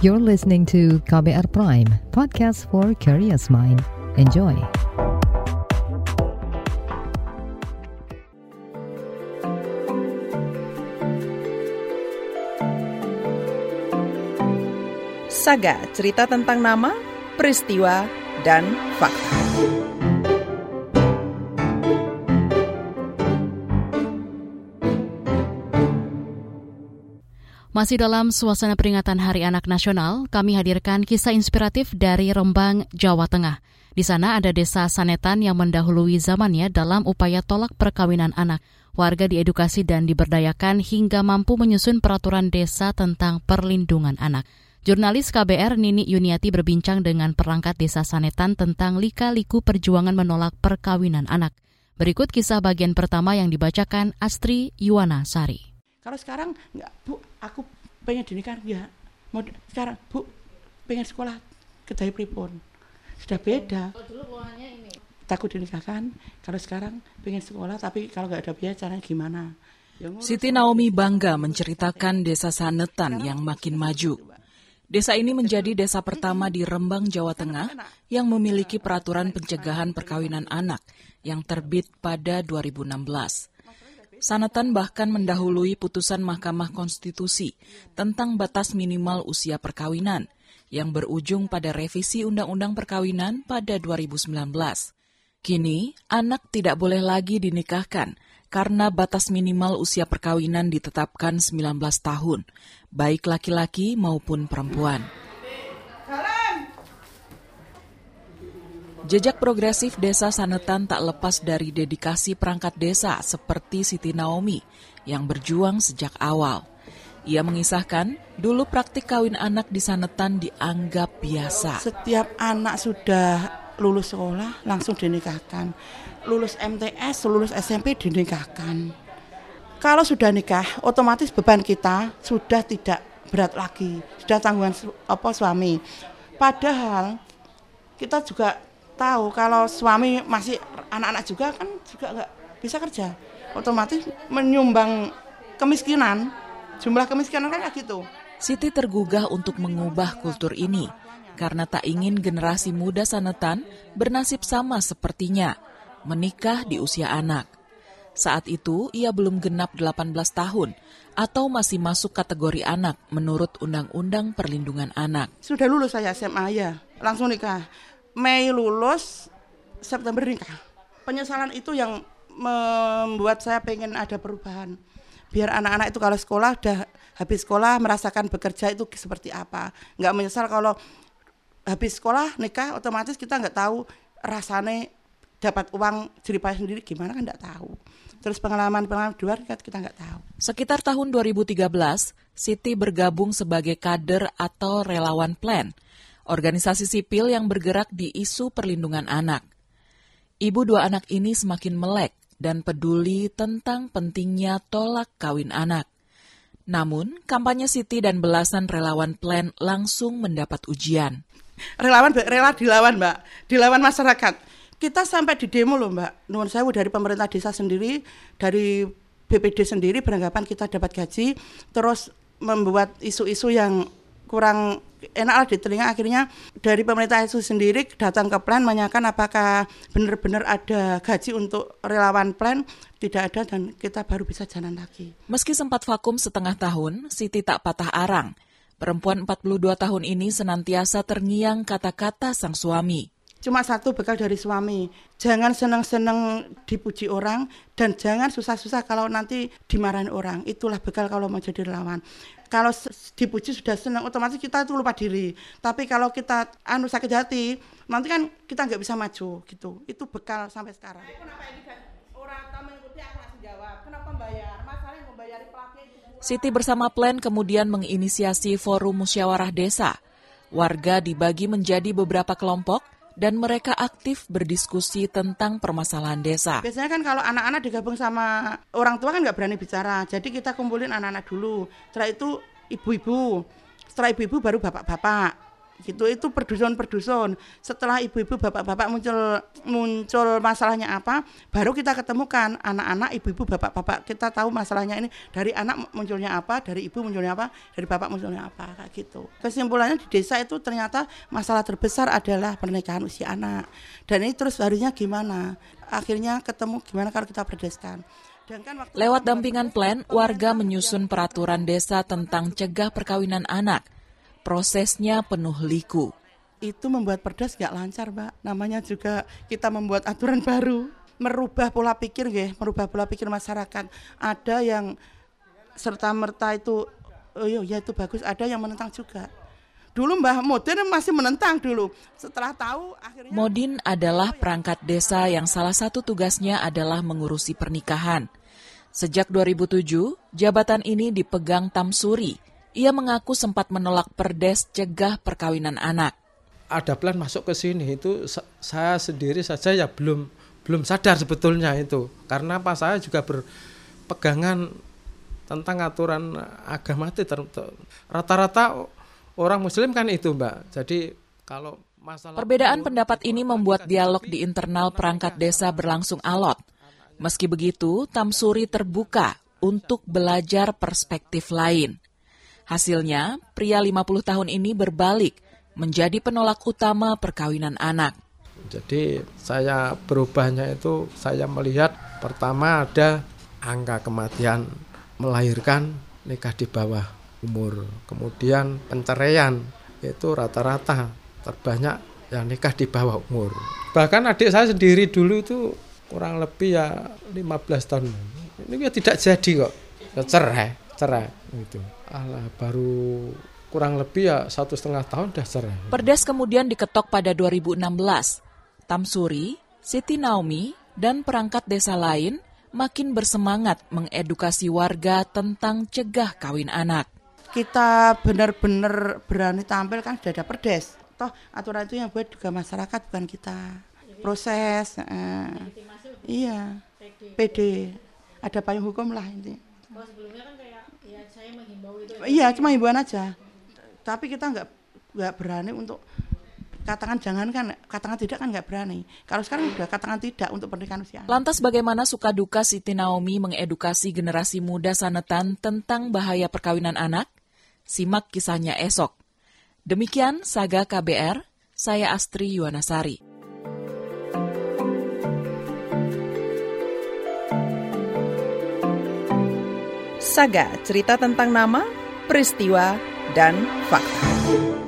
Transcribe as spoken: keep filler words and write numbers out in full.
You're listening to K B R Prime, podcast for curious mind. Enjoy. Saga, cerita tentang nama, peristiwa, dan fakta. Masih dalam suasana peringatan Hari Anak Nasional, kami hadirkan kisah inspiratif dari Rembang, Jawa Tengah. Di sana ada desa Sanetan yang mendahului zamannya dalam upaya tolak perkawinan anak. Warga diedukasi dan diberdayakan hingga mampu menyusun peraturan desa tentang perlindungan anak. Jurnalis K B R Nini Yuniati berbincang dengan perangkat desa Sanetan tentang lika-liku perjuangan menolak perkawinan anak. Berikut kisah bagian pertama yang dibacakan Astri Yuwana Sari. Kalau sekarang enggak, Bu, aku pengen dinikah ya. Mau sekarang, Bu, pengen sekolah kedai pripun. Sudah beda. Kalau dulu pokoknya ini takut dinikahkan, kalau sekarang pengen sekolah tapi kalau enggak ada biaya caranya gimana? Siti Naomi bangga menceritakan desa Sanetan yang makin maju. Desa ini menjadi desa pertama di Rembang, Jawa Tengah yang memiliki peraturan pencegahan perkawinan anak yang terbit pada dua ribu enam belas. Sanetan bahkan mendahului putusan Mahkamah Konstitusi tentang batas minimal usia perkawinan yang berujung pada revisi Undang-Undang Perkawinan pada dua ribu sembilan belas. Kini, anak tidak boleh lagi dinikahkan karena batas minimal usia perkawinan ditetapkan sembilan belas tahun, baik laki-laki maupun perempuan. Jejak progresif desa Sanetan tak lepas dari dedikasi perangkat desa seperti Siti Naomi yang berjuang sejak awal. Ia mengisahkan, dulu praktik kawin anak di Sanetan dianggap biasa. Setiap anak sudah lulus sekolah langsung dinikahkan. Lulus M T S, lulus S M P dinikahkan. Kalau sudah nikah, otomatis beban kita sudah tidak berat lagi, sudah tanggungan apa suami. Padahal kita juga tahu kalau suami masih anak-anak juga kan juga nggak bisa kerja, otomatis menyumbang kemiskinan, jumlah kemiskinan kan kayak gitu. Siti tergugah untuk mengubah kultur ini karena tak ingin generasi muda Sanetan bernasib sama sepertinya, menikah di usia anak. Saat itu ia belum genap delapan belas tahun atau masih masuk kategori anak menurut Undang-Undang Perlindungan Anak. Sudah lulus saya S M A ya, langsung nikah. Mei lulus, September nikah. Penyesalan itu yang membuat saya pengen ada perubahan. Biar anak-anak itu kalau sekolah, udah habis sekolah merasakan bekerja itu seperti apa. Nggak menyesal kalau habis sekolah nikah, otomatis kita nggak tahu rasanya dapat uang jeripaya sendiri gimana kan nggak tahu. Terus pengalaman-pengalaman di luar kita nggak tahu. Sekitar tahun dua ribu tiga belas, Siti bergabung sebagai kader atau relawan Plan, organisasi sipil yang bergerak di isu perlindungan anak. Ibu dua anak ini semakin melek dan peduli tentang pentingnya tolak kawin anak. Namun, kampanye Siti dan belasan relawan Plan langsung mendapat ujian. Relawan rela dilawan, Mbak. Dilawan masyarakat. Kita sampai di demo loh, Mbak. Nuwun sewu dari pemerintah desa sendiri, dari B P D sendiri beranggapan kita dapat gaji, terus membuat isu-isu yang kurang enak lah di telinga. Akhirnya dari pemerintah itu sendiri datang ke Plan menanyakan apakah benar-benar ada gaji untuk relawan Plan. Tidak ada dan kita baru bisa jalan lagi. Meski sempat vakum setengah tahun, Siti tak patah arang. Perempuan empat puluh dua tahun ini senantiasa terngiang kata-kata sang suami. Cuma satu bekal dari suami, jangan senang-senang dipuji orang dan jangan susah-susah kalau nanti dimarahin orang. Itulah bekal kalau mau jadi relawan. Kalau dipuji sudah senang, otomatis kita itu lupa diri. Tapi kalau kita anu sakit hati, nanti kan kita nggak bisa maju gitu. Itu bekal sampai sekarang. Siti bersama Plan kemudian menginisiasi forum musyawarah desa. Warga dibagi menjadi beberapa kelompok dan mereka aktif berdiskusi tentang permasalahan desa. Biasanya kan kalau anak-anak digabung sama orang tua kan nggak berani bicara, jadi kita kumpulin anak-anak dulu. Setelah itu ibu-ibu, setelah ibu-ibu baru bapak-bapak. gitu. Itu per dusun per dusun. Setelah ibu-ibu bapak-bapak muncul muncul masalahnya apa, baru kita ketemukan anak-anak, ibu-ibu, bapak-bapak, kita tahu masalahnya ini dari anak munculnya apa, dari ibu munculnya apa, dari bapak munculnya apa, kayak gitu. Kesimpulannya di desa itu ternyata masalah terbesar adalah pernikahan usia anak. Dan ini terus harusnya gimana? Akhirnya ketemu gimana kalau kita berdeskan. Kan lewat dampingan plan, warga menyusun peraturan desa tentang cegah perkawinan anak. Prosesnya penuh liku. Itu membuat perdes nggak lancar, Mbak. Namanya juga kita membuat aturan baru, merubah pola pikir, ya, merubah pola pikir masyarakat. Ada yang serta-merta itu, oh ya itu bagus, ada yang menentang juga. Dulu Mbah Modin masih menentang dulu. Setelah tahu akhirnya... Modin adalah perangkat desa yang salah satu tugasnya adalah mengurusi pernikahan. Sejak dua ribu tujuh, jabatan ini dipegang Tamsuri. Ia mengaku sempat menolak perdes cegah perkawinan anak. Ada plan masuk ke sini itu saya sendiri saja ya belum belum sadar sebetulnya itu. Karena apa, saya juga berpegangan tentang aturan agama itu. Rata-rata orang muslim kan itu, Mbak. Jadi kalau masalah... Perbedaan pendapat ini membuat dialog di internal perangkat desa berlangsung alot. Meski begitu, Tamsuri terbuka untuk belajar perspektif lain. Hasilnya, pria lima puluh tahun ini berbalik menjadi penolak utama perkawinan anak. Jadi saya berubahnya itu saya melihat pertama ada angka kematian melahirkan nikah di bawah umur. Kemudian penceraian itu rata-rata terbanyak yang nikah di bawah umur. Bahkan adik saya sendiri dulu itu kurang lebih ya lima belas tahun. Ini ya tidak jadi kok. Cerai, cerai gitu. Alah, baru kurang lebih ya satu setengah tahun dah cerai. Perdes kemudian diketok pada dua ribu enam belas. Tamsuri, Siti Naomi, dan perangkat desa lain makin bersemangat mengedukasi warga tentang cegah kawin anak. Kita benar-benar berani tampil kan sudah ada perdes. Toh aturan itu yang buat juga masyarakat bukan kita. Proses, eh, iya, P D, ada payung hukum lah ini. Oh, sebelumnya kan kayak ya saya menghimbau itu. Iya, cuma himbauan aja. Tapi kita nggak nggak berani untuk katakan jangan kan, katakan tidak kan nggak berani. Kalau sekarang udah katakan tidak untuk pernikahan usia. Lantas bagaimana suka duka Siti Naomi mengedukasi generasi muda Sanetan tentang bahaya perkawinan anak? Simak kisahnya esok. Demikian Saga K B R, saya Astri Yuwanasari. Saga, cerita tentang nama, peristiwa, dan fakta.